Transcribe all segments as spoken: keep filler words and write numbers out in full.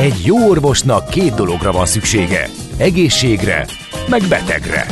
Egy jó orvosnak két dologra van szüksége. Egészségre, meg betegre.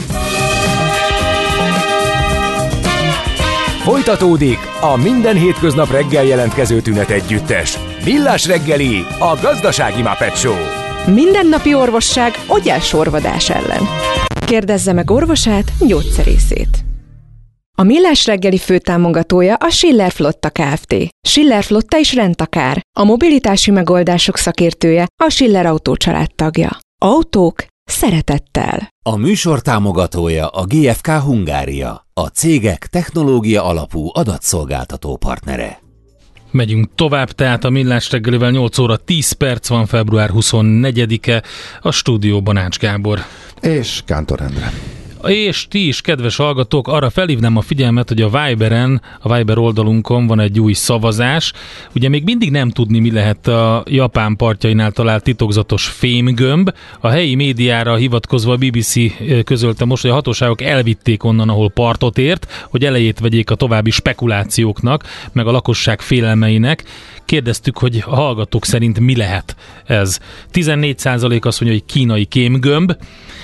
Folytatódik a minden hétköznap reggel jelentkező tünet együttes. Millás reggeli, a gazdasági Muppet Show. Mindennapi orvosság ogyásorvadás ellen. Kérdezze meg orvosát, gyógyszerészét. A Millás reggeli főtámogatója a Schiller Flotta Kft. Schiller Flotta is rendtakár, a mobilitási megoldások szakértője, a Schiller Autó család tagja. Autók szeretettel. A műsor támogatója a gé ef ká Hungária, a cégek technológia alapú adatszolgáltató partnere. Megyünk tovább, tehát a Millás reggelivel nyolc óra tíz perc van, február huszonnegyedike, a stúdióban Ács Gábor. És Kántor Endre. És ti is, kedves hallgatók, arra felhívnám a figyelmet, hogy a Viberen, a Viber oldalunkon van egy új szavazás. Ugye még mindig nem tudni, mi lehet a Japán partjainál talált titokzatos fémgömb. A helyi médiára hivatkozva a bé bé cé közölte most, hogy a hatóságok elvitték onnan, ahol partot ért, hogy elejét vegyék a további spekulációknak, meg a lakosság félelmeinek. Kérdeztük, hogy a hallgatók szerint mi lehet ez. tizennégy százalék azt mondja, hogy kínai kémgömb,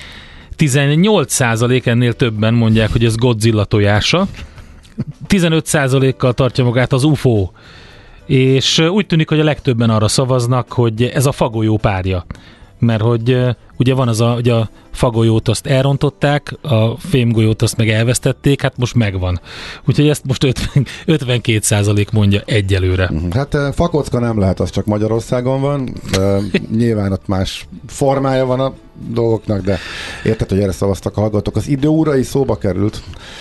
tizennyolc százalék ennél többen mondják, hogy ez Godzilla tojása, tizenöt százalékkal tartja magát az u ef o, és úgy tűnik, hogy a legtöbben arra szavaznak, hogy ez a fagolyó párja. Mert hogy ugye van az a, hogy a fagolyót azt elrontották, a fémgolyót azt meg elvesztették, hát most megvan. Úgyhogy ezt most ötven, ötvenkét százalék mondja egyelőre. Hát fakocka nem lehet, az csak Magyarországon van. Nyilván ott más formája van a dolgoknak, de érted, hogy erre szavaztak a hallgatók. Az időóra is szóba került.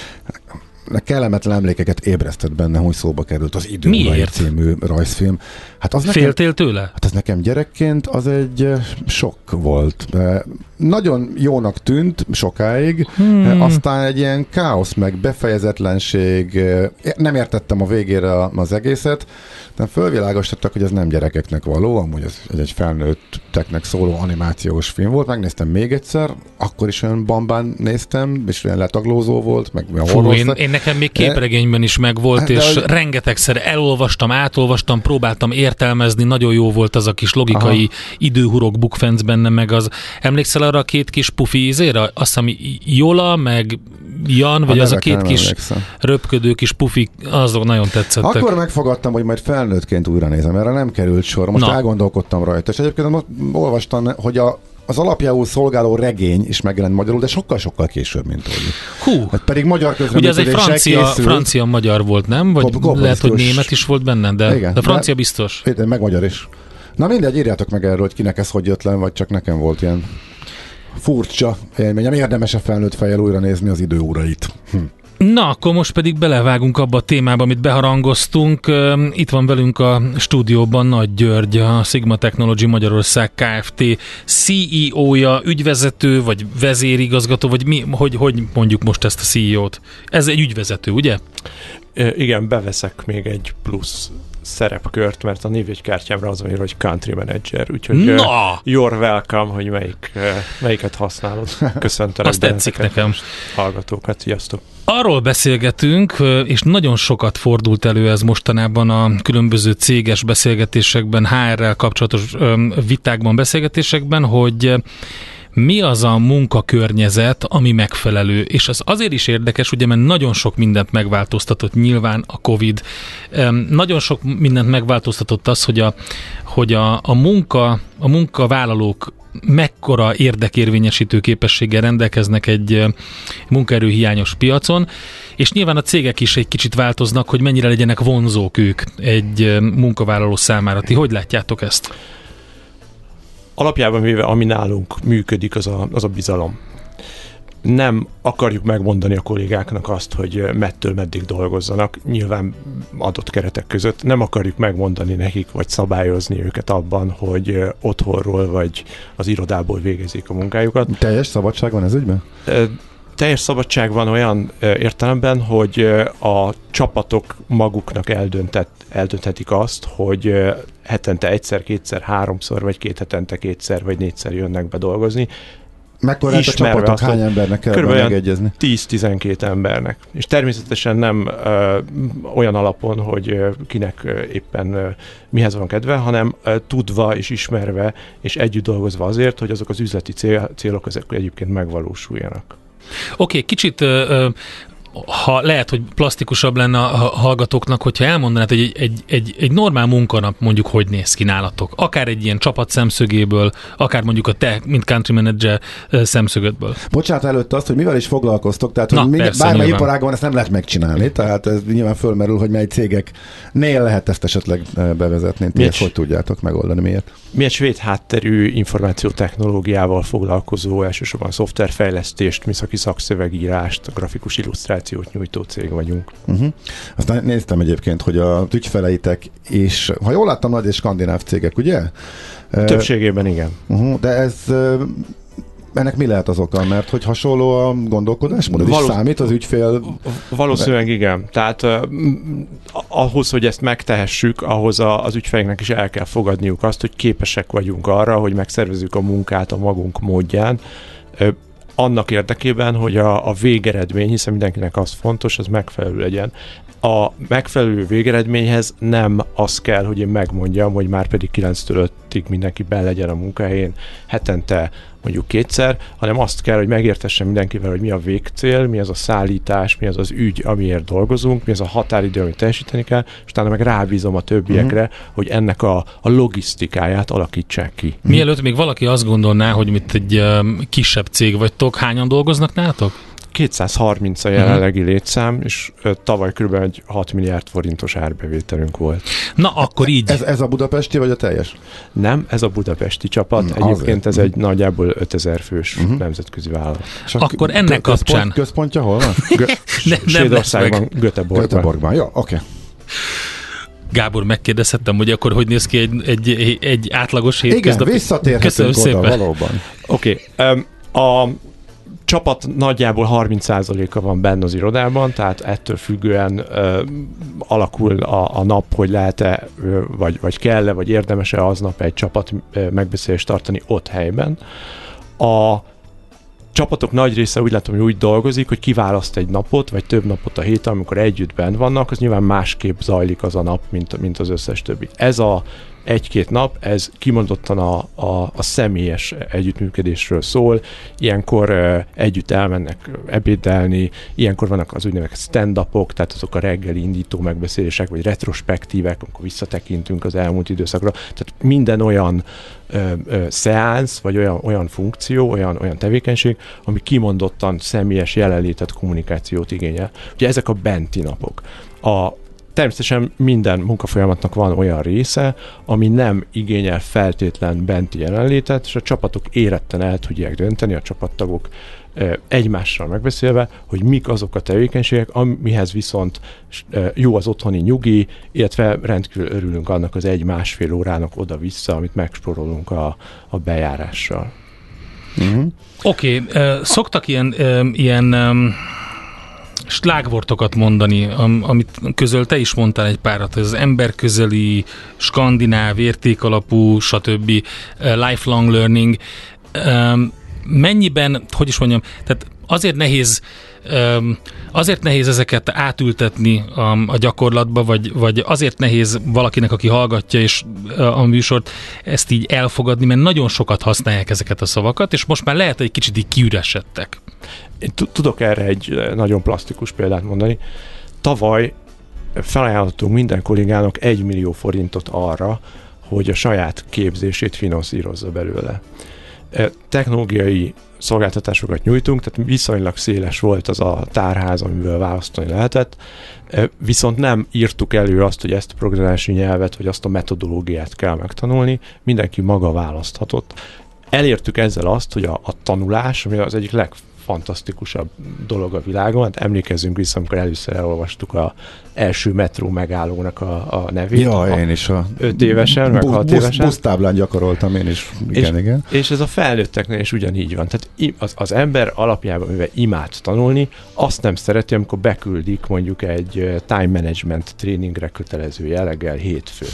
Kellemetlen emlékeket ébresztett benne, hogy szóba került az Időórai című rajzfilm. Hát az nekem, Féltél tőle? Hát az nekem gyerekként az egy sok volt. De nagyon jónak tűnt sokáig, hmm. aztán egy ilyen káosz, meg befejezetlenség, nem értettem a végére az egészet, de fölvilágosítottak, hogy ez nem gyerekeknek való, amúgy ez egy felnőtteknek szóló animációs film volt, megnéztem még egyszer, akkor is olyan bambán néztem, és olyan letaglózó volt, meg Fú, én, én nekem még képregényben is megvolt, és hogy... rengetegszer elolvastam, átolvastam, próbáltam értelmezni, nagyon jó volt az a kis logikai Aha. időhurok bukfenc benne, meg az, emlékszel arra a két kis pufi ízére? Azt hiszem Jola, meg Jan, vagy a az a két kis emlékszem. Röpködő kis pufi, azok nagyon tetszettek. Akkor megfogadtam, hogy majd felnőttként újra nézem, erre nem került sor. Most Na. elgondolkodtam rajta, és egyébként most olvastam, hogy a az alapjául szolgáló regény is megjelent magyarul, de sokkal-sokkal később, mint hogy. Hú, hát pedig magyar ugye ez egy francia, francia-magyar volt, nem? Vagy Kob- lehet, hogy német is volt benne, de, Igen, de francia de, biztos. De meg magyar is. Na mindegy, írjátok meg erről, hogy kinek ez hogy jött le, vagy csak nekem volt ilyen furcsa élményem. Érdemes-e felnőtt fejjel újra nézni az Időórait? Hm. Na, akkor most pedig belevágunk abba a témába, amit beharangoztunk. Itt van velünk a stúdióban Nagy György, a Sigma Technology Magyarország Kft. cé e ó-ja, ügyvezető, vagy vezérigazgató, vagy mi, hogy, hogy mondjuk most ezt a cé e ó-t? Ez egy ügyvezető, ugye? Igen, beveszek még egy plusz szerepkört, mert a névjegykártyámra az van, hogy country manager, úgyhogy no! uh, you're welcome, hogy melyik, uh, melyiket használod. Köszöntelek. Azt tetszik nekem. Hallgatókat, sziasztok! Arról beszélgetünk, és nagyon sokat fordult elő ez mostanában a különböző céges beszélgetésekben, há er-rel kapcsolatos vitákban, beszélgetésekben, hogy mi az a munkakörnyezet, ami megfelelő. És az azért is érdekes, ugye, mert nagyon sok mindent megváltoztatott nyilván a Covid. Nagyon sok mindent megváltoztatott az, hogy a, hogy a, a, munka, a munkavállalók mekkora érdekérvényesítő képességgel rendelkeznek egy munkaerőhiányos piacon, és nyilván a cégek is egy kicsit változnak, hogy mennyire legyenek vonzók ők egy munkavállaló számára. Ti hogy látjátok ezt? Alapjában véve, ami nálunk működik, az a, az a bizalom. Nem akarjuk megmondani a kollégáknak azt, hogy mettől meddig dolgozzanak, nyilván adott keretek között. Nem akarjuk megmondani nekik, vagy szabályozni őket abban, hogy otthonról, vagy az irodából végezik a munkájukat. Teljes szabadság van ez ügyben? Teljes szabadság van olyan értelemben, hogy a csapatok maguknak eldöntett, eldönthetik azt, hogy hetente egyszer, kétszer, háromszor, vagy két hetente kétszer, vagy négyszer jönnek be dolgozni. Mekkora a csapatok, azt, hány embernek kell megegyezni? tíz-tizenkét embernek. És természetesen nem ö, olyan alapon, hogy ö, kinek ö, éppen ö, mihez van kedve, hanem ö, tudva és ismerve és együtt dolgozva azért, hogy azok az üzleti cél, célok ezek egyébként megvalósuljanak. Oké, okay, kicsit ö, ö, ha lehet, hogy plastikusabb lenne a hallgatóknak, hogyha elmondanád, hogy egy, egy, egy, egy normál munkanap mondjuk hogy néz ki nálatok. Akár egy ilyen csapat szemszögéből, akár mondjuk a te, mint country manager szemszögödből. Bocsánat előtte azt, hogy mivel is foglalkoztok, tehát Na, hogy minden, persze, bármely nyilván. iparágban ezt nem lehet megcsinálni, tehát ez nyilván fölmerül, hogy mely cégeknél lehet ezt esetleg bevezetni. Ti ezt hogy tudjátok megoldani, miért? Mi egy svéd hátterű információtechnológiával foglalkozó, elsősorban szoftverfejlesztést, műszaki szakszövegírást, grafikus illusztrációt nyújtó cég vagyunk. Uh-huh. Aztán néztem egyébként, hogy a ügyfeleitek is, ha jól láttam, nagy és skandináv cégek, ugye? Többségében igen. Uh-huh. De ez ennek mi lehet az oka? Mert hogy hasonló a gondolkodásmód? Ez Valósz... is számít az ügyfél? Valószínűleg igen. Tehát uh, ahhoz, hogy ezt megtehessük, ahhoz a, az ügyfeleknek is el kell fogadniuk azt, hogy képesek vagyunk arra, hogy megszervezzük a munkát a magunk módján, uh, annak érdekében, hogy a, a végeredmény, hiszen mindenkinek az fontos, az megfelelő legyen. A megfelelő végeredményhez nem az kell, hogy én megmondjam, hogy már pedig kilenctől ötig mindenki benn legyen a munkahelyén hetente mondjuk kétszer, hanem azt kell, hogy megértessen mindenkivel, hogy mi a végcél, mi az a szállítás, mi az az ügy, amiért dolgozunk, mi az a határidő, amit teljesíteni kell, és utána meg rábízom a többiekre, uh-huh. hogy ennek a, a logisztikáját alakítsák ki. Mielőtt még valaki azt gondolná, hogy mit egy um, kisebb cég vagytok, hányan dolgoznak nálatok? kétszázharminc a jelenlegi uh-huh. létszám, és ö, tavaly kb. Egy hat milliárd forintos árbevételünk volt. Na, akkor így. Ez, ez a budapesti, vagy a teljes? Nem, ez a budapesti csapat. Na, Egyébként azért. ez egy nagyjából ötezer fős uh-huh. nemzetközi vállalat. Akkor ennek központ, kapcsán... Központja hol van? Gö- Svédországban, Göteborgban. Göteborgban, jó, oké. Okay. Gábor, megkérdezhettem, hogy akkor hogy néz ki egy, egy, egy átlagos hétköznapi... Igen, visszatérhetünk oda, valóban. Oké, okay. um, a csapat nagyjából harminc százaléka van benne az irodában, tehát ettől függően ö, alakul a, a nap, hogy lehet-e, ö, vagy, vagy kell-e, vagy érdemes-e aznap egy csapat ö, megbeszélést tartani ott helyben. A csapatok nagy része úgy látom, hogy úgy dolgozik, hogy kiválaszt egy napot, vagy több napot a héten, amikor együtt benn vannak, az nyilván másképp zajlik az a nap, mint, mint az összes többi. Ez a egy-két nap, ez kimondottan a, a, a személyes együttműködésről szól. Ilyenkor uh, együtt elmennek ebédelni, ilyenkor vannak az úgynevezett stand-upok, tehát azok a reggeli indító megbeszélések, vagy retrospektívek, amikor visszatekintünk az elmúlt időszakra. Tehát minden olyan ö, ö, szeánsz, vagy olyan, olyan funkció, olyan, olyan tevékenység, ami kimondottan személyes jelenlétet, kommunikációt igényel. Ugye ezek a benti napok. A Természetesen minden munkafolyamatnak van olyan része, ami nem igényel feltétlen benti jelenlétet, és a csapatok éretten el tudják dönteni, a csapattagok egymással megbeszélve, hogy mik azok a tevékenységek, amihez viszont jó az otthoni nyugi, illetve rendkívül örülünk annak az egy-másfél órának oda-vissza, amit megspórolunk a, a bejárással. Uh-huh. Oké, okay, uh, szoktak ilyen, uh, ilyen um, slágvortokat mondani, am, amit közöl te is mondtál egy párat, ez az emberközeli, skandináv, értékalapú, stb. Uh, lifelong learning. Um, mennyiben, hogy is mondjam, tehát azért nehéz um, azért nehéz ezeket átültetni a, a gyakorlatba, vagy, vagy azért nehéz valakinek, aki hallgatja és a műsort, ezt így elfogadni, mert nagyon sokat használják ezeket a szavakat, és most már lehet, hogy egy kicsit így kiüresedtek. Én tudok erre egy nagyon plastikus példát mondani. Tavaly felajánlottunk minden kollégának egy millió forintot arra, hogy a saját képzését finanszírozza belőle. Technológiai szolgáltatásokat nyújtunk, tehát viszonylag széles volt az a tárház, amiből választani lehetett, viszont nem írtuk elő azt, hogy ezt a programozási nyelvet, vagy azt a metodológiát kell megtanulni, mindenki maga választhatott. Elértük ezzel azt, hogy a, a tanulás, ami az egyik leg legfantasztikusabb dolog a világon. Hát emlékezzünk vissza, amikor először elolvastuk a első metró megállónak a, a nevét. Ja, én is a öt évesen, meg hat évesen. Busztáblán gyakoroltam én is. Igen, és, igen. És ez a felnőtteknél is ugyanígy van. Tehát az, az ember alapjában, mivel imád tanulni, azt nem szereti, amikor beküldik mondjuk egy time management tréningre kötelező jelleggel hétfőn.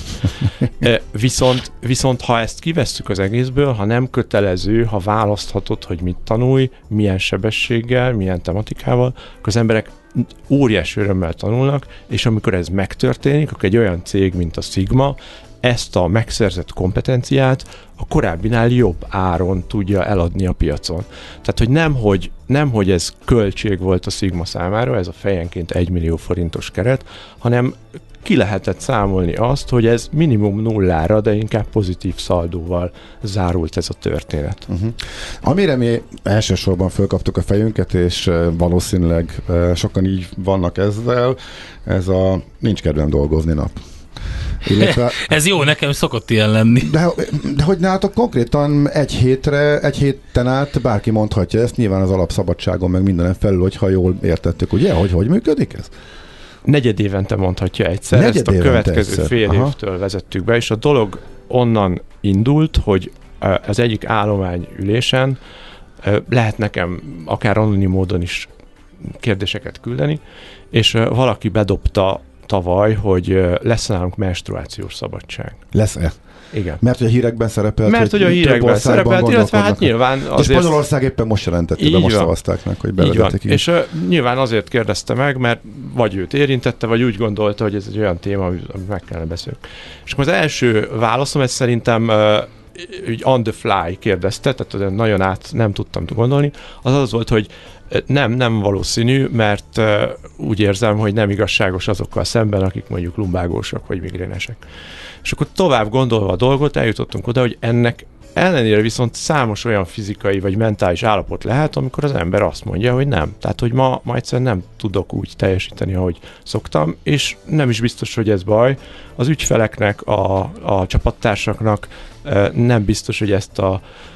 viszont, viszont ha ezt kivesszük az egészből, ha nem kötelező, ha választhatod, hogy mit tanulj, milyen sebességgel, milyen tematikával, akkor az emberek óriási örömmel tanulnak, és amikor ez megtörténik, akkor egy olyan cég, mint a Sigma, ezt a megszerzett kompetenciát a korábbinál jobb áron tudja eladni a piacon. Tehát, hogy nem, hogy, nem, hogy ez költség volt a Sigma számára, ez a fejenként egy millió forintos keret, hanem ki lehetett számolni azt, hogy ez minimum nullára, de inkább pozitív szaldóval zárult ez a történet. Uh-huh. Amire mi elsősorban fölkaptuk a fejünket, és valószínűleg sokan így vannak ezzel, ez a nincs kedvem dolgozni nap. Illetve, ez jó, nekem szokott ilyen lenni. De, de hogy nálatok konkrétan egy hétre, egy héten át bárki mondhatja ezt, nyilván az alapszabadságon, meg mindenen felül, hogyha jól értettük, ugye? Hogy hogy működik ez? Negyed évente mondhatja egyszer, Negyed ezt a következő egyszer. fél Aha. évtől vezettük be, és a dolog onnan indult, hogy az egyik állományülésen lehet nekem akár anonim módon is kérdéseket küldeni, és valaki bedobta tavaly, hogy lesz nálunk menstruációs szabadság. Lesz-e? Igen. Mert hogy a hírekben szerepelt, Mert hogy, hogy a hírekben szerepelt, illetve hát nyilván azért... És Spanyolország éppen most jelentette be, most szavazták meg, hogy bevezetik. És uh, nyilván azért kérdezte meg, mert vagy őt érintette, vagy úgy gondolta, hogy ez egy olyan téma, amit meg kellene beszélni. És akkor az első válaszom, ez szerintem uh, úgy on the fly kérdezte, tehát nagyon át nem tudtam gondolni, az az volt, hogy nem, nem valószínű, mert uh, úgy érzem, hogy nem igazságos azokkal szemben, akik mondjuk lumbágósak vagy migrénesek. És akkor tovább gondolva a dolgot, eljutottunk oda, hogy ennek ellenére viszont számos olyan fizikai vagy mentális állapot lehet, amikor az ember azt mondja, hogy nem. Tehát, hogy ma, ma egyszerűen nem tudok úgy teljesíteni, ahogy szoktam, és nem is biztos, hogy ez baj. Az ügyfeleknek, a, a csapattársaknak nem biztos, hogy ezt a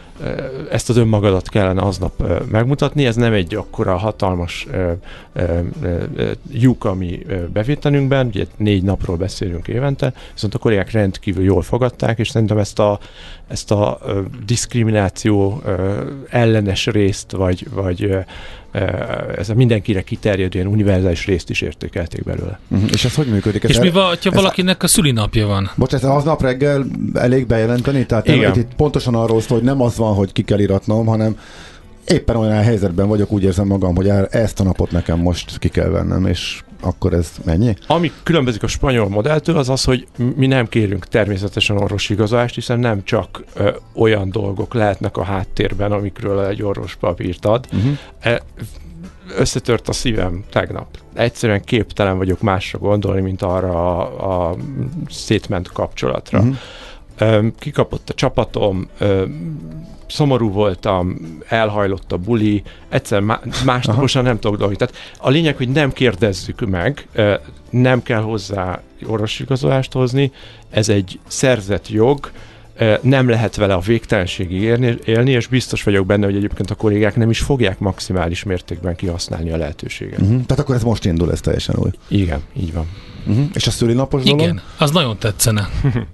ezt az önmagadat kellene aznap uh, megmutatni, ez nem egy akkora hatalmas uh, uh, uh, lyuk a mi uh, bevételünkben, ugye négy napról beszélünk évente, viszont a kollégák rendkívül jól fogadták, és szerintem ezt a, ezt a uh, diszkrimináció uh, ellenes részt, vagy, vagy uh, ez a mindenkire kiterjedő ilyen univerzális részt is értékelték belőle. Uh-huh. És ez hogy működik? Ez és el... mi van, ha valakinek a szülinapja van? Bocs, ez aznap reggel elég bejelenteni? Tehát nem, itt pontosan arról szól, hogy nem az van, hogy ki kell iratnom, hanem éppen olyan helyzetben vagyok, úgy érzem magam, hogy ezt a napot nekem most ki kell vennem, és akkor ez mennyi? Ami különbözik a spanyol modelltől, az az, hogy mi nem kérünk természetesen orvosi igazolást, hiszen nem csak ö, olyan dolgok lehetnek a háttérben, amikről egy orvos papírt ad. Uh-huh. E, összetört a szívem tegnap. Egyszerűen képtelen vagyok másra gondolni, mint arra a, a szétment kapcsolatra. Uh-huh. Ö, kikapott a csapatom, ö, szomorú voltam, elhajlott a buli, egyszer má- másnaposan nem tudok dolgozni. Tehát a lényeg, hogy nem kérdezzük meg, nem kell hozzá orvosigazolást hozni, ez egy szerzett jog, nem lehet vele a végtelenségig élni, élni, és biztos vagyok benne, hogy egyébként a kollégák nem is fogják maximális mértékben kihasználni a lehetőséget. Uh-huh. Tehát akkor ez most indul, ez teljesen új. Igen, így van. Uh-huh. És a szülinapos dolog? Igen, az nagyon tetszene.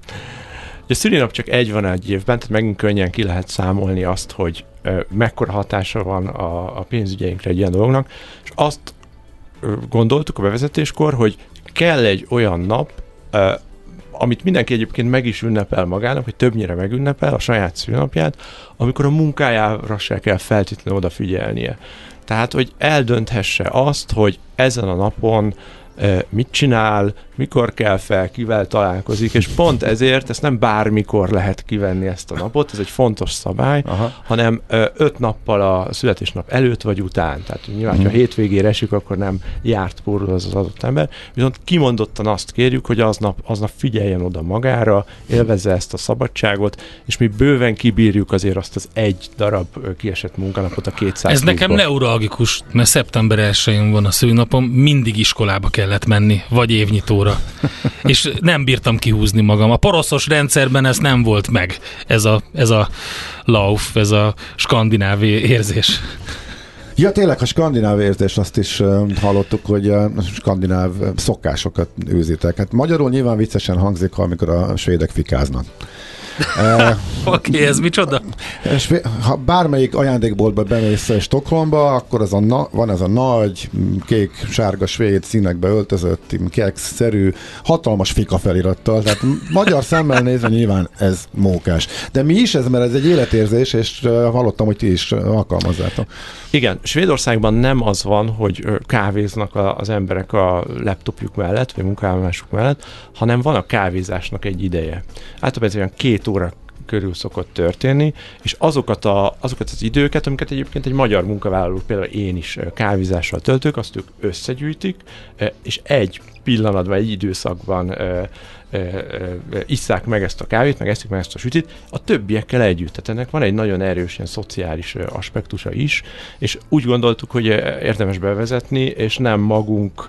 A szülinap csak egy van egy évben, tehát megint könnyen ki lehet számolni azt, hogy ö, mekkora hatása van a, a pénzügyeinkre egy ilyen dolognak, és azt ö, gondoltuk a bevezetéskor, hogy kell egy olyan nap, ö, amit mindenki egyébként meg is ünnepel magának, vagy többnyire megünnepel a saját szülinapját, amikor a munkájára se kell feltétlenül odafigyelnie. Tehát, hogy eldönthesse azt, hogy ezen a napon mit csinál, mikor kell fel, kivel találkozik, és pont ezért ezt nem bármikor lehet kivenni ezt a napot, ez egy fontos szabály, Aha. hanem öt nappal a születésnap előtt vagy után. Tehát nyilván, hmm. ha hétvégére esik, akkor nem járt pórul az az adott ember, viszont kimondottan azt kérjük, hogy aznap, aznap figyeljen oda magára, élvezze ezt a szabadságot, és mi bőven kibírjuk azért azt az egy darab kiesett munkanapot a kétszáz. Ez nekem neuralgikus, mert szeptember elsején van a szülinapom, mindig iskolába kellett menni, vagy évnyitóra. És nem bírtam kihúzni magam. A poroszos rendszerben ez nem volt meg. Ez a, ez a lauf, ez a skandináv érzés. Ja, tényleg a skandináv érzés, azt is uh, hallottuk, hogy a skandináv szokásokat őzitek. Hát magyarul nyilván viccesen hangzik, amikor a svédek fikáznak. uh, Oké, okay, ez micsoda? Ha bármelyik ajándékboltba bemész Stockholmba, akkor az a na, van ez a nagy, kék-sárga svéd színekbe öltözött, kekszerű, hatalmas fika felirattal. Tehát magyar szemmel nézve nyilván ez mókás. De mi is ez, mert ez egy életérzés, és hallottam, hogy ti is alkalmazzátok. Igen, Svédországban nem az van, hogy kávéznak az emberek a laptopjuk mellett, vagy munkállomásuk mellett, hanem van a kávézásnak egy ideje. Általában ez olyan két óra körül szokott történni, és azokat, a, azokat az időket, amiket egyébként egy magyar munkavállaló, például én is kávézással töltök, azt ők összegyűjtik, és egy pillanatban, egy időszakban isszák meg ezt a kávét, meg eszik meg ezt a sütit, a többiekkel együtt. Tehát ennek van egy nagyon erős ilyen szociális aspektusa is, és úgy gondoltuk, hogy érdemes bevezetni, és nem magunk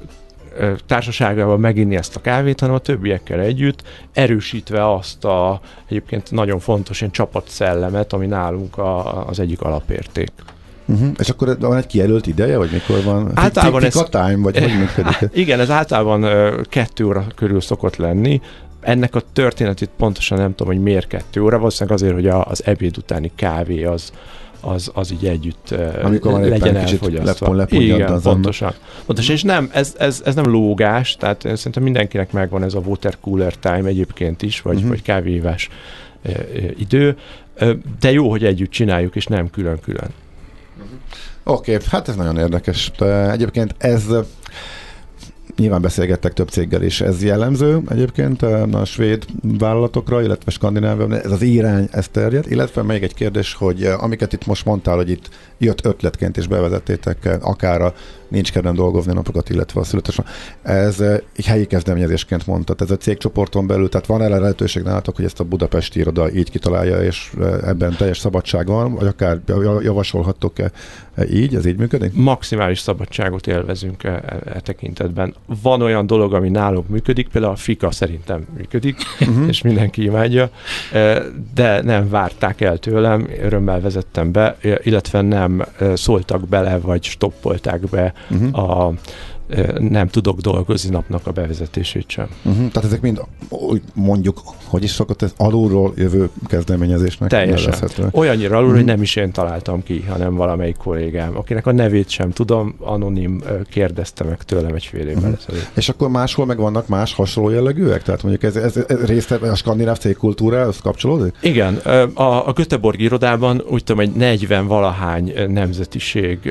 társaságával meginni ezt a kávét, hanem a többiekkel együtt, erősítve azt a egyébként nagyon fontos ilyen csapatszellemet, ami nálunk a, az egyik alapérték. Uh-huh. És akkor van egy kijelölt ideje, vagy mikor van? Általában ez... time, vagy hogy működik? Igen, ez általában uh, kettő óra körül szokott lenni. Ennek a történetét pontosan nem tudom, hogy miért kettő óra, valószínűleg azért, hogy a, az ebéd utáni kávé az Az, az így együtt amikor van legyen elfogyasztva. Lepon, igen, pontosan. pontosan. És nem, ez, ez, ez nem lógás, tehát szerintem mindenkinek megvan ez a water cooler time egyébként is, vagy, uh-huh. vagy kávéívás e, e, idő, de jó, hogy együtt csináljuk, és nem külön-külön. Uh-huh. Oké, okay, hát ez nagyon érdekes. De egyébként ez nyilván beszélgettek több céggel is. Ez jellemző egyébként a svéd vállalatokra, illetve Skandináviában. Ez az irány, ez terjed. Illetve még egy kérdés, hogy amiket itt most mondtál, hogy itt jött ötletként is bevezettétek, akár a nincs kedvem dolgozni napokat, illetve a születésnap. Ez egy helyi kezdeményezésként mondtad. Ez a cégcsoporton belül, tehát van erre lehetőség nálatok, hogy ezt a budapesti iroda így kitalálja, és ebben teljes szabadság van, vagy akár javasolhattok-e így? Ez így működik? Maximális szabadságot élvezünk e, e tekintetben. Van olyan dolog, ami nálunk működik, például a fika szerintem működik, uh-huh. és mindenki imádja, de nem várták el tőlem, örömmel vezettem be, illetve nem szóltak bele, vagy stoppolták be uh-huh. a nem tudok dolgozni napnak a bevezetését sem. Uh-huh. Tehát ezek mind mondjuk, hogy is szokott ez alulról jövő kezdeményezésnek teljesen. Olyannyira alul, uh-huh. hogy nem is én találtam ki, hanem valamelyik kollégám, akinek a nevét sem tudom, anonim kérdezte meg tőlem egy fél évvel uh-huh. ezelőtt. És akkor máshol meg vannak más hasonló jellegűek? Tehát mondjuk ez, ez, ez részt a skandináv cégkultúrához kapcsolódik? Igen. A, a Göteborg irodában úgy tudom, hogy negyven valahány nemzetiség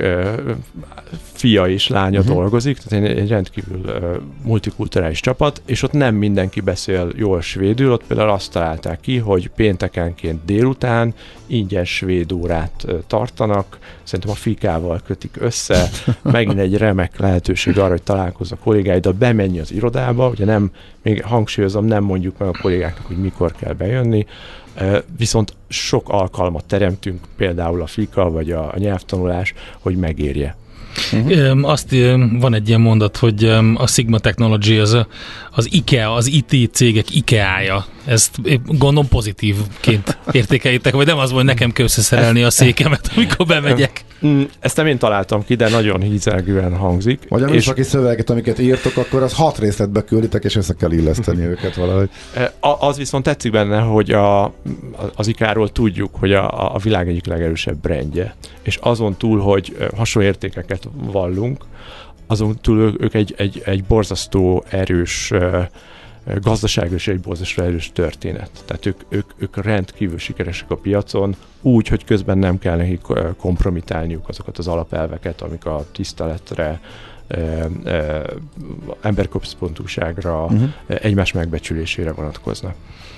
fia és lánya uh-huh. dolgozik, tehát egy rendkívül uh, multikulturális csapat, és ott nem mindenki beszél jól svédül, ott például azt találták ki, hogy péntekenként délután ingyen svéd órát uh, tartanak, szerintem a fikával kötik össze, megint egy remek lehetőség arra, hogy találkozz a kollégáiddal, bemenj az irodába, ugye nem, még hangsúlyozom, nem mondjuk meg a kollégáknak, hogy mikor kell bejönni, uh, viszont sok alkalmat teremtünk, például a fika, vagy a, a nyelvtanulás, hogy megérje. Uh-huh. Azt van egy ilyen mondat, hogy a Sigma Technology az, az IKEA, az i té cégek IKEA-ja. Ezt gondolom pozitívként értékeljétek, vagy nem az, hogy nekem kell összeszerelni a székemet, amikor bemegyek. Ezt nem én találtam ki, de nagyon hízelgően hangzik. Vagy a műszaki szöveget, amiket írtok, akkor az hat részletbe külditek, és össze kell illeszteni őket valahogy. Az viszont tetszik benne, hogy a, az IKEA-ról tudjuk, hogy a, a világ egyik legerősebb brandje. És azon túl, hogy hasonló értékeket vallunk, azon túl ők egy, egy, egy borzasztó erős gazdaságos, egy borzasztó erős történet. Tehát ők, ők, ők rendkívül sikeresek a piacon, úgy, hogy közben nem kell nekik kompromitálniuk azokat az alapelveket, amik a tiszteletre, e, e, emberközpontúságra, uh-huh. egymás megbecsülésére vonatkoznak.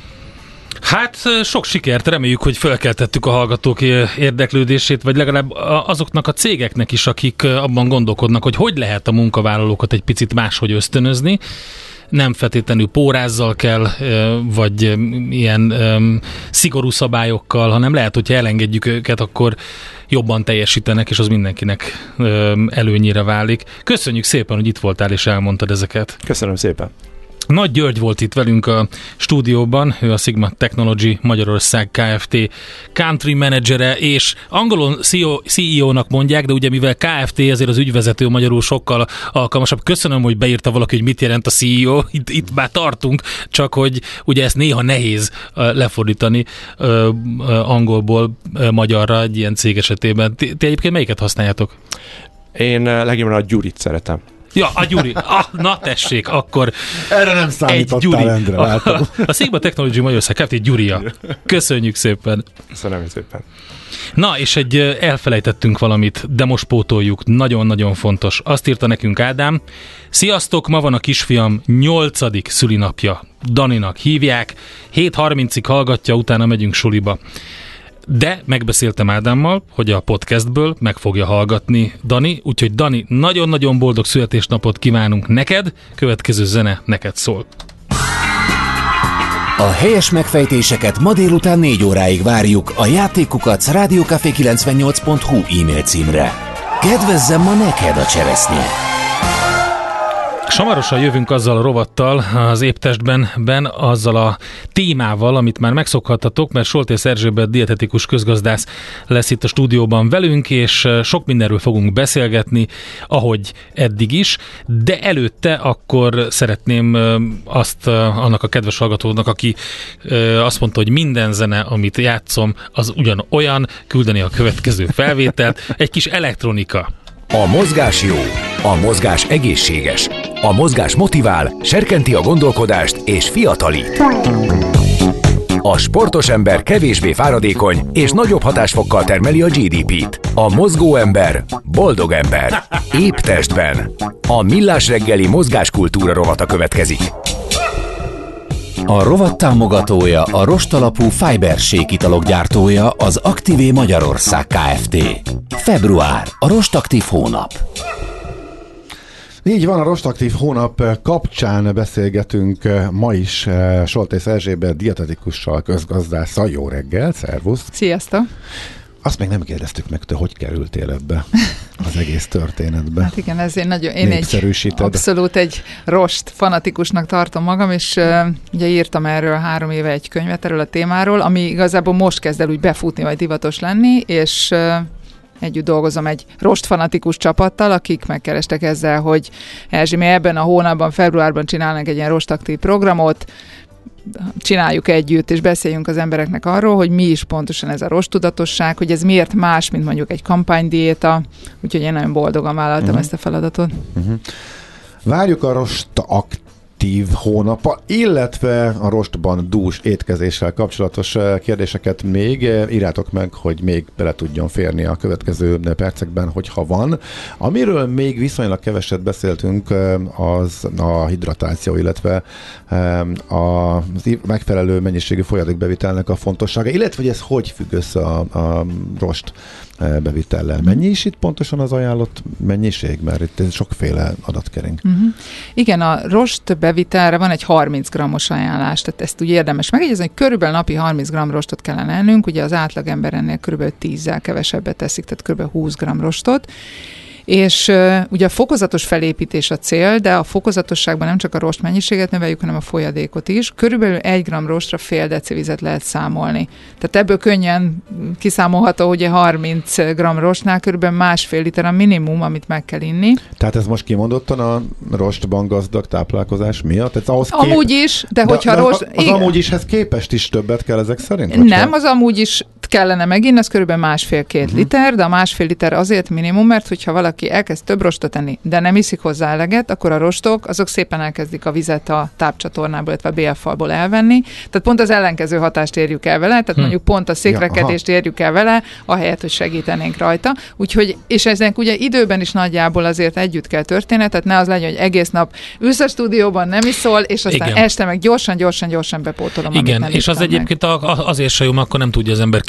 Hát sok sikert, reméljük, hogy felkeltettük a hallgatók érdeklődését, vagy legalább azoknak a cégeknek is, akik abban gondolkodnak, hogy hogy lehet a munkavállalókat egy picit máshogy ösztönözni. Nem feltétlenül pórázzal kell, vagy ilyen szigorú szabályokkal, hanem lehet, hogyha elengedjük őket, akkor jobban teljesítenek, és az mindenkinek előnyére válik. Köszönjük szépen, hogy itt voltál és elmondtad ezeket. Köszönöm szépen. Nagy György volt itt velünk a stúdióban, ő a Sigma Technology Magyarország Kft. Country Managere, és angolon C E O-nak mondják, de ugye mivel Kft. Ezért az ügyvezető magyarul sokkal alkalmasabb. Köszönöm, hogy beírta valaki, hogy mit jelent a C E O, itt, itt már tartunk, csak hogy ugye ezt néha nehéz lefordítani angolból magyarra egy ilyen cég esetében. Ti, ti egyébként melyiket használjátok? Én legjobban a Gyurit szeretem. Ja, a Gyuri. Ah, na tessék, akkor erre nem számítottál, Endre, a, a, a Sigma Technology Magyarország Kft. Gyuria. Köszönjük szépen. Köszönöm szépen. Na, és egy elfelejtettünk valamit, de most pótoljuk. Nagyon-nagyon fontos. Azt írta nekünk Ádám. Sziasztok, ma van a kisfiam nyolcadik szülinapja. Daninak hívják. hét harmincig hallgatja, utána megyünk suliba. De megbeszéltem Ádámmal, hogy a podcastből meg fogja hallgatni Dani, úgyhogy Dani, nagyon-nagyon boldog születésnapot kívánunk neked, következő zene neked szól. A helyes megfejtéseket ma délután négy óráig várjuk a játékukac rádiókafé kilencvennyolc pont hu e-mail címre. Kedvezzem ma neked a cseresznye! Samarosan jövünk azzal a rovattal az Éptestben, ben, azzal a témával, amit már megszokhattatok, mert Soltész Erzsébet dietetikus közgazdász lesz itt a stúdióban velünk, és sok mindenről fogunk beszélgetni, ahogy eddig is, de előtte akkor szeretném azt annak a kedves hallgatónak, aki azt mondta, hogy minden zene, amit játszom, az ugyanolyan, küldeni a következő felvételt, egy kis elektronika. A mozgás jó, a mozgás egészséges, a mozgás motivál, serkenti a gondolkodást és fiatalít. A sportos ember kevésbé fáradékony és nagyobb hatásfokkal termeli a gé dé pét. A mozgó ember boldog ember. Épp testben. A Millás reggeli mozgáskultúra rovata következik. A rovat támogatója, a rostalapú Fiber Shake italok gyártója, az Activé Magyarország Kft. Február, a rostaktív hónap. Így van, a rostaktív hónap kapcsán beszélgetünk ma is Soltész Erzsébet dietetikussal, közgazdásszal. Jó reggel, szervusz! Sziasztok! Azt még nem kérdeztük meg, te hogy kerültél ebbe az egész történetbe. Hát igen, ez én, nagyon, én egy abszolút egy rost fanatikusnak tartom magam, és uh, ugye írtam erről három éve egy könyvet erről a témáról, ami igazából most kezd el úgy befutni, vagy divatos lenni, és uh, együtt dolgozom egy rostfanatikus csapattal, akik megkerestek ezzel, hogy Erzsi, mi ebben a hónapban, februárban csinálnak egy ilyen rostaktív programot, csináljuk együtt, és beszéljünk az embereknek arról, hogy mi is pontosan ez a rostudatosság, hogy ez miért más, mint mondjuk egy kampánydiéta, úgyhogy én nagyon boldogan vállaltam uh-huh. ezt a feladatot. Uh-huh. Várjuk a rostaktív hónapa, illetve a rostban dús étkezéssel kapcsolatos kérdéseket még írjátok meg, hogy még bele tudjon férni a következő percekben, hogyha van. Amiről még viszonylag keveset beszéltünk, az a hidratáció, illetve a megfelelő mennyiségű folyadékbevitelnek a fontossága, illetve hogy ez hogy függ össze a, a rost bevitellel. Mennyi is itt pontosan az ajánlott mennyiség? Mert itt sokféle adat kering. Uh-huh. Igen, a rost bevitelre van egy harminc grammos ajánlás, tehát ezt úgy érdemes megjegyezni, hogy körülbelül napi harminc gramm rostot kellene ennünk, ugye az átlagember ennél körülbelül tízzel kevesebbet teszik, tehát körülbelül húsz gramm rostot. És uh, ugye a fokozatos felépítés a cél, de a fokozatosságban nem csak a rost mennyiséget növeljük, hanem a folyadékot is. Körülbelül egy gramm rostra fél decivizet lehet számolni. Tehát ebből könnyen kiszámolható, hogy a harminc gramm rostnál körülbelül másfél liter a minimum, amit meg kell inni. Tehát ez most kimondottan a rostban gazdag táplálkozás miatt? Ez ahhoz kép... Amúgy is, de, de hogyha de rost... Az, az amúgy ishez képest is többet kell ezek szerint? Nem, az amúgy is kellene meginni, az körülbelül másfél-két uh-huh. liter, de a másfél liter azért minimum, mert hogyha valaki elkezd több rostot enni, de nem iszik hozzá eleget, akkor a rostok, azok szépen elkezdik a vizet a tápcsatornából, illetve a bélfalból elvenni. Tehát pont az ellenkező hatást érjük el vele, tehát hm. mondjuk pont a székrekedést ja, érjük el vele, ahelyett, hogy segítenénk rajta. Úgyhogy, és eznek ugye időben is nagyjából azért együtt kell történni, tehát ne az legyen, hogy egész nap ülsz a stúdióban, nem iszol, és aztán igen. este meg gyorsan, gyorsan, gyorsan bepótolom. Igen, és az meg. Egyébként azért se jó, akkor nem tudja az ember ki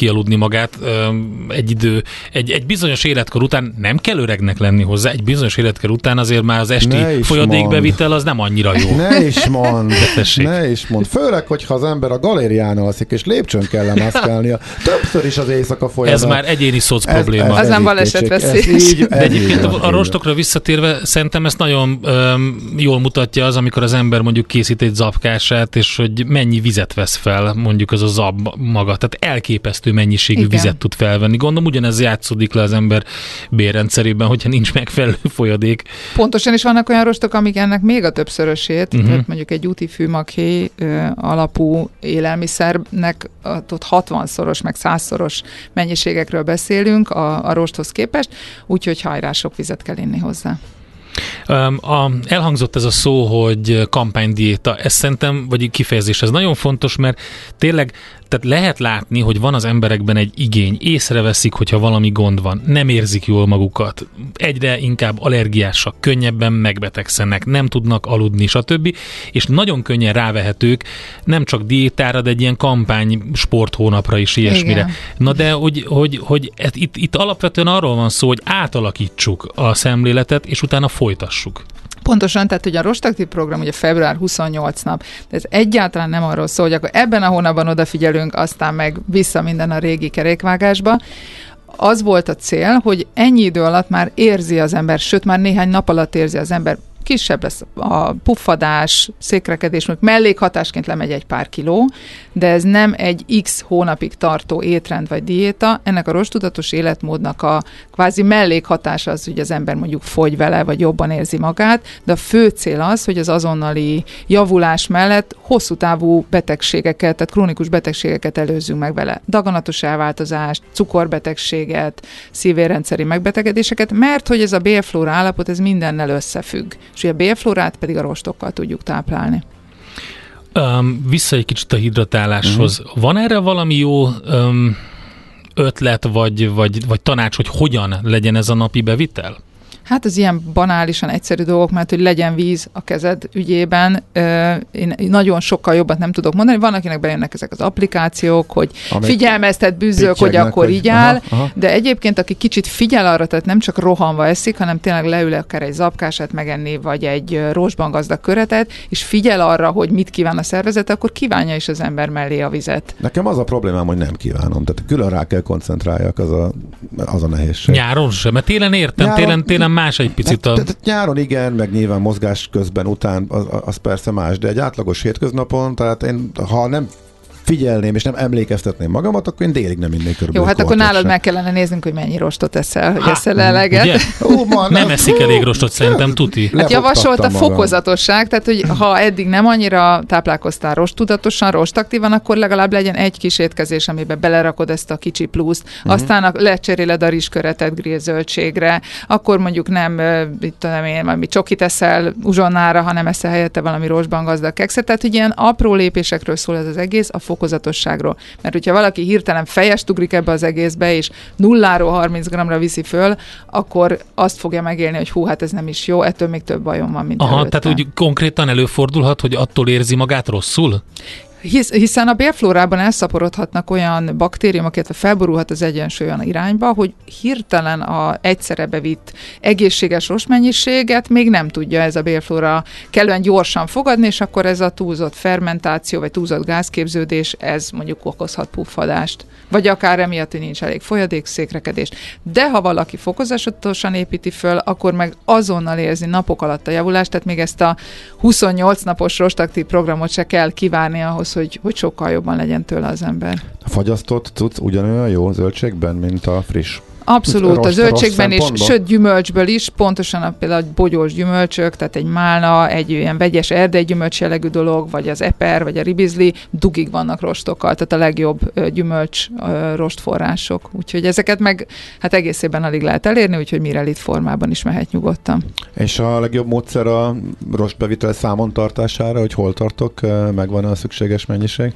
kialudni magát egy idő, egy, egy bizonyos életkor után nem kell öregnek lenni hozzá, egy bizonyos életkor után azért már az esti folyadékbevitel az nem annyira jó. Ne is mondd, ne is mondd. Főleg, hogyha az ember a galérián alszik, és lépcsőn kell lemászkálnia. Többször is az éjszaka folyadék. Ez már egyéni szoc probléma. Az nem balesetveszélyes. De egyébként a, a rostokra visszatérve szerintem ezt nagyon um, jól mutatja az, amikor az ember mondjuk készít egy zabkását, és hogy mennyi vizet vesz fel mondjuk az a zab maga. Tehát elképesztő mennyiségű Igen. vizet tud felvenni. Gondolom ugyanez játszódik le az ember bérrendszerében, hogyha nincs megfelelő folyadék. Pontosan, és vannak olyan rostok, amik ennek még a többszörösét, uh-huh. tehát mondjuk egy úti fűmaghéj alapú élelmiszernek ott hatvanszoros, meg százszoros mennyiségekről beszélünk a, a rosthoz képest, úgyhogy hajrá, sok vizet kell inni hozzá. A, elhangzott ez a szó, hogy kampánydiéta. Ez szerintem, vagy kifejezés, ez nagyon fontos, mert tényleg tehát lehet látni, hogy van az emberekben egy igény, észreveszik, hogyha valami gond van, nem érzik jól magukat, egyre inkább allergiásak, könnyebben megbetegszenek, nem tudnak aludni, stb. És nagyon könnyen rávehetők, nem csak diétára, de egy ilyen kampány sporthónapra is ilyesmire. Igen. Na de, hogy, hogy, hogy ez, itt, itt alapvetően arról van szó, hogy átalakítsuk a szemléletet, és utána folytassuk. Pontosan, tehát ugye a Rostaktív program ugye február huszonnyolc nap, de ez egyáltalán nem arról szól, hogy akkor ebben a hónapban odafigyelünk, aztán meg vissza minden a régi kerékvágásba. Az volt a cél, hogy ennyi idő alatt már érzi az ember, sőt már néhány nap alatt érzi az ember, kisebb lesz a puffadás, székrekedés, még mellékhatásként lemegy egy pár kiló, de ez nem egy x hónapig tartó étrend vagy diéta, ennek a rostudatos életmódnak a kvázi mellékhatása az, hogy az ember mondjuk fogy vele, vagy jobban érzi magát, de a fő cél az, hogy az azonnali javulás mellett hosszú távú betegségeket, tehát krónikus betegségeket előzzünk meg vele. Daganatos elváltozást, cukorbetegséget, szívérrendszeri megbetegedéseket, mert hogy ez a bélflóra állapot, ez mindennel összefügg. És a bélflórát pedig a rostokkal tudjuk táplálni. Um, vissza egy kicsit a hidratáláshoz. Uh-huh. Van erre valami jó um, ötlet, vagy, vagy, vagy tanács, hogy hogyan legyen ez a napi bevitel? Hát az ilyen banálisan egyszerű dolgok, mert hogy legyen víz a kezed ügyében, én nagyon sokkal jobbat nem tudok mondani. Van, akinek bejönnek ezek az applikációk, hogy Amik figyelmeztet, bűzök, hogy akkor hogy... így áll, aha, aha. De egyébként, aki kicsit figyel arra, tehát nem csak rohanva eszik, hanem tényleg leül akár egy zabkását megenni, vagy egy rostban gazdag köretet, és figyel arra, hogy mit kíván a szervezet, akkor kívánja is az ember mellé a vizet. Nekem az a problémám, hogy nem kívánom. Tehát külön rá kell koncentráljak, az a, az a nehézség. Nyáron sem, mert télen értem, Nyáron... télen, télen más egy picit a... Tehát nyáron igen, meg nyilván mozgás közben után az, az persze más, de egy átlagos hétköznapon, tehát én, ha nem figyelném, és nem emlékeztetném magamat, akkor én délig nem innék körülbelül. Jó, hát akkor nálad meg kellene néznünk, hogy mennyi rostot eszel, hogy eszel eleget. Ó, man, nem eszik elég rostot, szerintem tuti. Hát javasolt a fokozatosság, tehát hogy ha eddig nem annyira táplálkoztál rostudatosan, rostaktívan, akkor legalább legyen egy kis étkezés, amiben belerakod ezt a kicsi pluszt, uh-huh. aztán a, lecseréled a rizsköretet grillzöldségre, akkor mondjuk nem, mit tudom én, valami csokit eszel uzsonnára, hanem eszel helyette valami rostban gazdag kekszet. Tehát, hogy ilyen apró lépésekről szól ez az egész, a fokozatosságról. Mert hogyha valaki hirtelen fejest ugrik ebbe az egészbe, és nulláról harminc grammra viszi föl, akkor azt fogja megélni, hogy hú, hát ez nem is jó, ettől még több bajom van, mint Aha, előtte. Tehát úgy konkrétan előfordulhat, hogy attól érzi magát rosszul? Hisz, hiszen a bélflórában elszaporodhatnak olyan baktériumok, illetve felborulhat az egyensúly olyan irányba, hogy hirtelen a egyszerre bevitt egészséges rostmennyiséget még nem tudja ez a bélflóra kellően gyorsan fogadni, és akkor ez a túlzott fermentáció, vagy túlzott gázképződés, ez mondjuk okozhat puffadást. Vagy akár emiatt, hogy nincs elég folyadék, székrekedés. De ha valaki fokozatosan építi föl, akkor meg azonnal érzi napok alatt a javulást, tehát még ezt a huszonnyolc napos rostaktív programot se kell kívánni ahhoz, Hogy, hogy sokkal jobban legyen tőle az ember. A fagyasztott cucc ugyanolyan jó zöldségben, mint a friss? Abszolút, rossz, a zöldségben is, sőt gyümölcsből is, pontosan a, például a bogyós gyümölcsök, tehát egy málna, egy ilyen vegyes erdeigyümölcs jellegű dolog, vagy az eper, vagy a ribizli, dugig vannak rostokkal, tehát a legjobb gyümölcs rostforrások. Úgyhogy ezeket meg hát egész évben alig lehet elérni, úgyhogy mirelit formában is mehet nyugodtan. És a legjobb módszer a rostbevitel számon tartására, hogy hol tartok, megvan a szükséges mennyiség?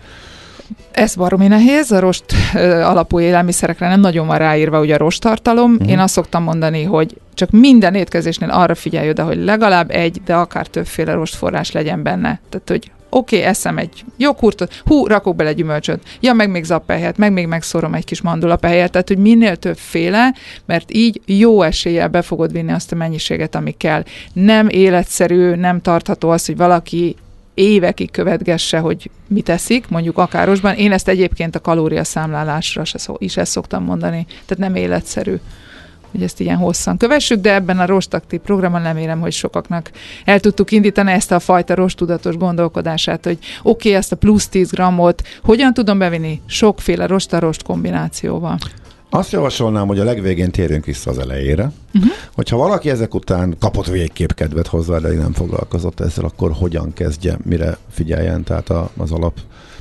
Ez baromi nehéz, a rost alapú élelmiszerekre nem nagyon van ráírva ugye a rosttartalom. Uh-huh. Én azt szoktam mondani, hogy csak minden étkezésnél arra figyelj oda, hogy legalább egy, de akár többféle rostforrás legyen benne. Tehát, hogy oké, okay, eszem egy joghurtot, hú, rakok bele gyümölcsöt, ja, meg még zappelyhet, meg még megszórom egy kis mandulapelyhet, tehát, hogy minél többféle, mert így jó eséllyel be fogod vinni azt a mennyiséget, ami kell. Nem életszerű, nem tartható az, hogy valaki évekig követgesse, hogy mit eszik, mondjuk akárosban. Én ezt egyébként a kalóriaszámlálásra is ezt szoktam mondani, tehát nem életszerű, hogy ezt ilyen hosszan kövessük, de ebben a rostaktív programon remélem, hogy sokaknak el tudtuk indítani ezt a fajta rostudatos gondolkodását, hogy oké, okay, ezt a plusz tíz grammot hogyan tudom bevinni sokféle rosta-rost kombinációval. Azt javasolnám, hogy a legvégén térjünk vissza az elejére. Uh-huh. Hogyha valaki ezek után kapott végképp kedvet hozzá, de nem foglalkozott ezzel, akkor hogyan kezdje, mire figyeljen, tehát a, az alap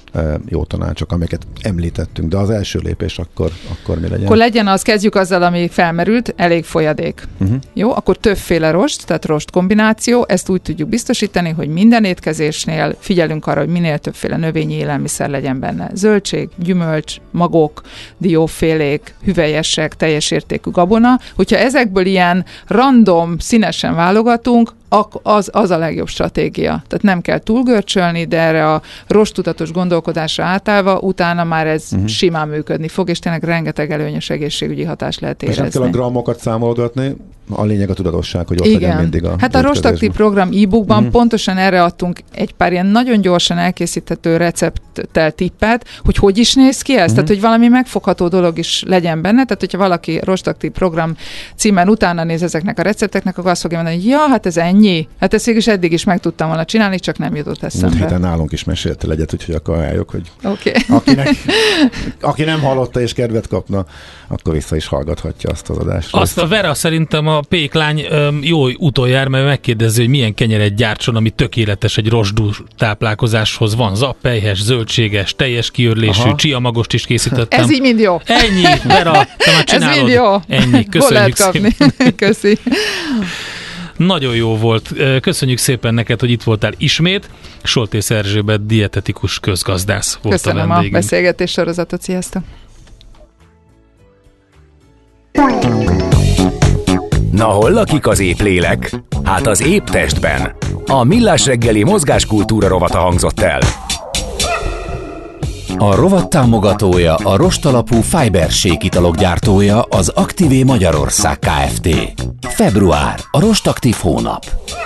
jó tanácsok, amiket említettünk, de az első lépés akkor, akkor mi legyen? Akkor legyen az, kezdjük azzal, ami felmerült, elég folyadék. Uh-huh. Jó, akkor többféle rost, tehát rost kombináció, ezt úgy tudjuk biztosítani, hogy minden étkezésnél figyelünk arra, hogy minél többféle növényi élelmiszer legyen benne. Zöldség, gyümölcs, magok, diófélék, hüvelyesek, teljes értékű gabona. Hogyha ezekből ilyen random, színesen válogatunk, az, az a legjobb stratégia. Tehát nem kell túlgörcsölni, de erre a rostudatos gondolkodásra átállva, utána már ez uh-huh. simán működni fog, és tényleg rengeteg előnyös egészségügyi hatást lehet érezni. És nem kell a grammokat számolgatni, a lényeg a tudatosság, hogy ott igen. legyen mindig a Hát a Rostaktív program e-bookban uh-huh. pontosan erre adtunk egy pár ilyen nagyon gyorsan elkészíthető recepttel tippet, hogy hogy is néz ki ez, uh-huh. tehát hogy valami megfogható dolog is legyen benne, tehát hogyha valaki Rostaktív program címen utána néz ezeknek a recepteknek, akkor azt fogja mondani, hogy ja, hát ez ennyi. Hát ezt is eddig is meg tudtam volna csinálni, csak nem jutott eszembe. Múlt héten nálunk is mesélte legyet, úgyhogy akkor ajánljuk, hogy okay. akinek, aki nem hallotta és kedvet kapna, akkor vissza is hallgathatja azt az adást. Azt a Vera szerintem a péklány jó utoljára, mert megkérdezi, hogy milyen kenyeret gyártson, ami tökéletes egy rostdú táplálkozáshoz van. Zappelyhes, zöldséges, teljes kiörlésű, csiamagost is készítettem. Ez így mind jó. Ennyi, Vera, te már csinálod. Ez mind jó. Ennyi, köszönjük szépen. Köszi. Nagyon jó volt. Köszönjük szépen neked, hogy itt voltál ismét. Soltész Erzsébet dietetikus közgazdász volt Köszönöm a vendégünk. Köszönöm a beszélgetés sorozatot, sziasztok! Na hol lakik az épp lélek? Hát az épp testben. A Millás reggeli mozgáskultúra rovata hangzott el. A rovat támogatója, a rostalapú Fiber-shake italok gyártója, az Activé Magyarország Kft. Február, a rostaktív hónap.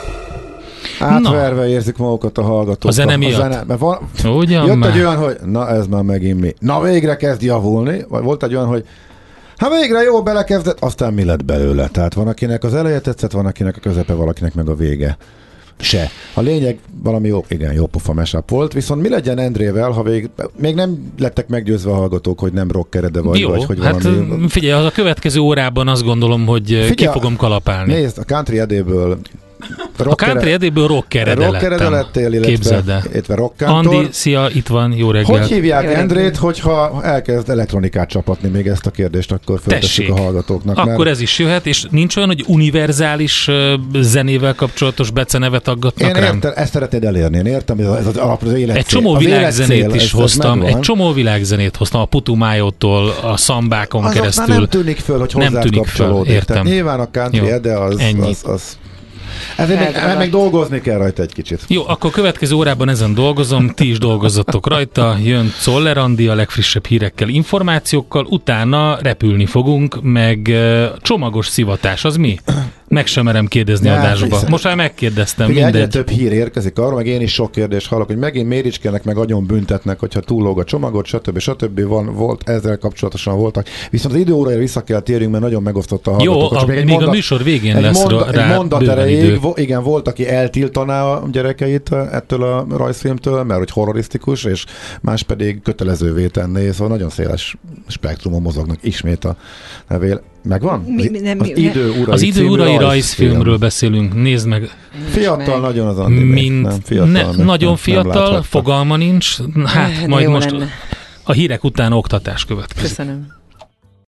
Átverve na. Érzik magukat a hallgatók. A zene miatt? A zene, van, jött már. Egy olyan, hogy na ez már megint mi. Na végre kezd javulni. Vagy volt egy olyan, hogy ha végre jó belekezdett, aztán mi lett belőle. Tehát van, akinek az eleje tetszett, van, akinek a közepe, valakinek meg a vége. Se. A lényeg valami jó, igen, jó pofa mashup volt, viszont mi legyen Endrével, ha vég, még nem lettek meggyőzve a hallgatók, hogy nem rockerede vagy, jó, vagy hogy hát valami... figyelj, az a következő órában azt gondolom, hogy figyelj, ki fogom kalapálni. Nézd, a country edéből Rocker, a country edéből rockerede lettem. lettél, illetve, illetve rockántor. Andi, szia, itt van, jó reggelt. Hogy hívják jó Endrét, hogyha elkezd elektronikát csapatni, még ezt a kérdést akkor föltessük a hallgatóknak. Akkor mert... ez is jöhet, és nincs olyan, hogy univerzális zenével kapcsolatos becenevet aggatnak én rám? Értem, ezt szeretnéd elérni, én értem, hogy ez az alap, az életcél. Egy csomó világzenét is ez, hoztam, ez egy csomó világzenét hoztam, a Putumájótól, a szambákon azok keresztül. Nem tűnik föl, hogy hozzád kapcsolódik. Tehát nyilván a country ede az... az, az ezért még, még dolgozni kell rajta egy kicsit. Jó, akkor következő órában ezen dolgozom, ti is dolgozzatok rajta, jön Czoller Andi a legfrissebb hírekkel, információkkal, utána repülni fogunk, meg uh, csomagos szivatás, az mi? Meg sem merem kérdezni ja, adásba. Most már megkérdeztem, mindegy. Egyre több hír érkezik arra, meg én is sok kérdést hallok, hogy megint méricskelnek, meg agyon büntetnek, hogyha túllóg a csomagot, stb. stb. Van, volt, ezzel kapcsolatosan voltak. Viszont az időórára vissza kell térjünk, mert nagyon megosztotta a hallgatókat. Jó, a, még, még mondat, a műsor végén lesz monda, rá egy mondat erejéig, vo, igen, volt, aki eltiltaná a gyerekeit ettől a rajzfilmtől, mert hogy horrorisztikus, és más pedig kötelezővé tenné, szóval nagyon széles spektrumon mozognak ismét a nevél. Megvan? Mi, nem, az idő urai, az idő urai rajzfilmről beszélünk, nézd meg. Fiatal meg. Nagyon az Andi. Mint, nem, fiatal, ne, nem, nagyon nem, fiatal, nem fogalma nincs. Hát de majd most lenne. A hírek után oktatás következik. Köszönöm.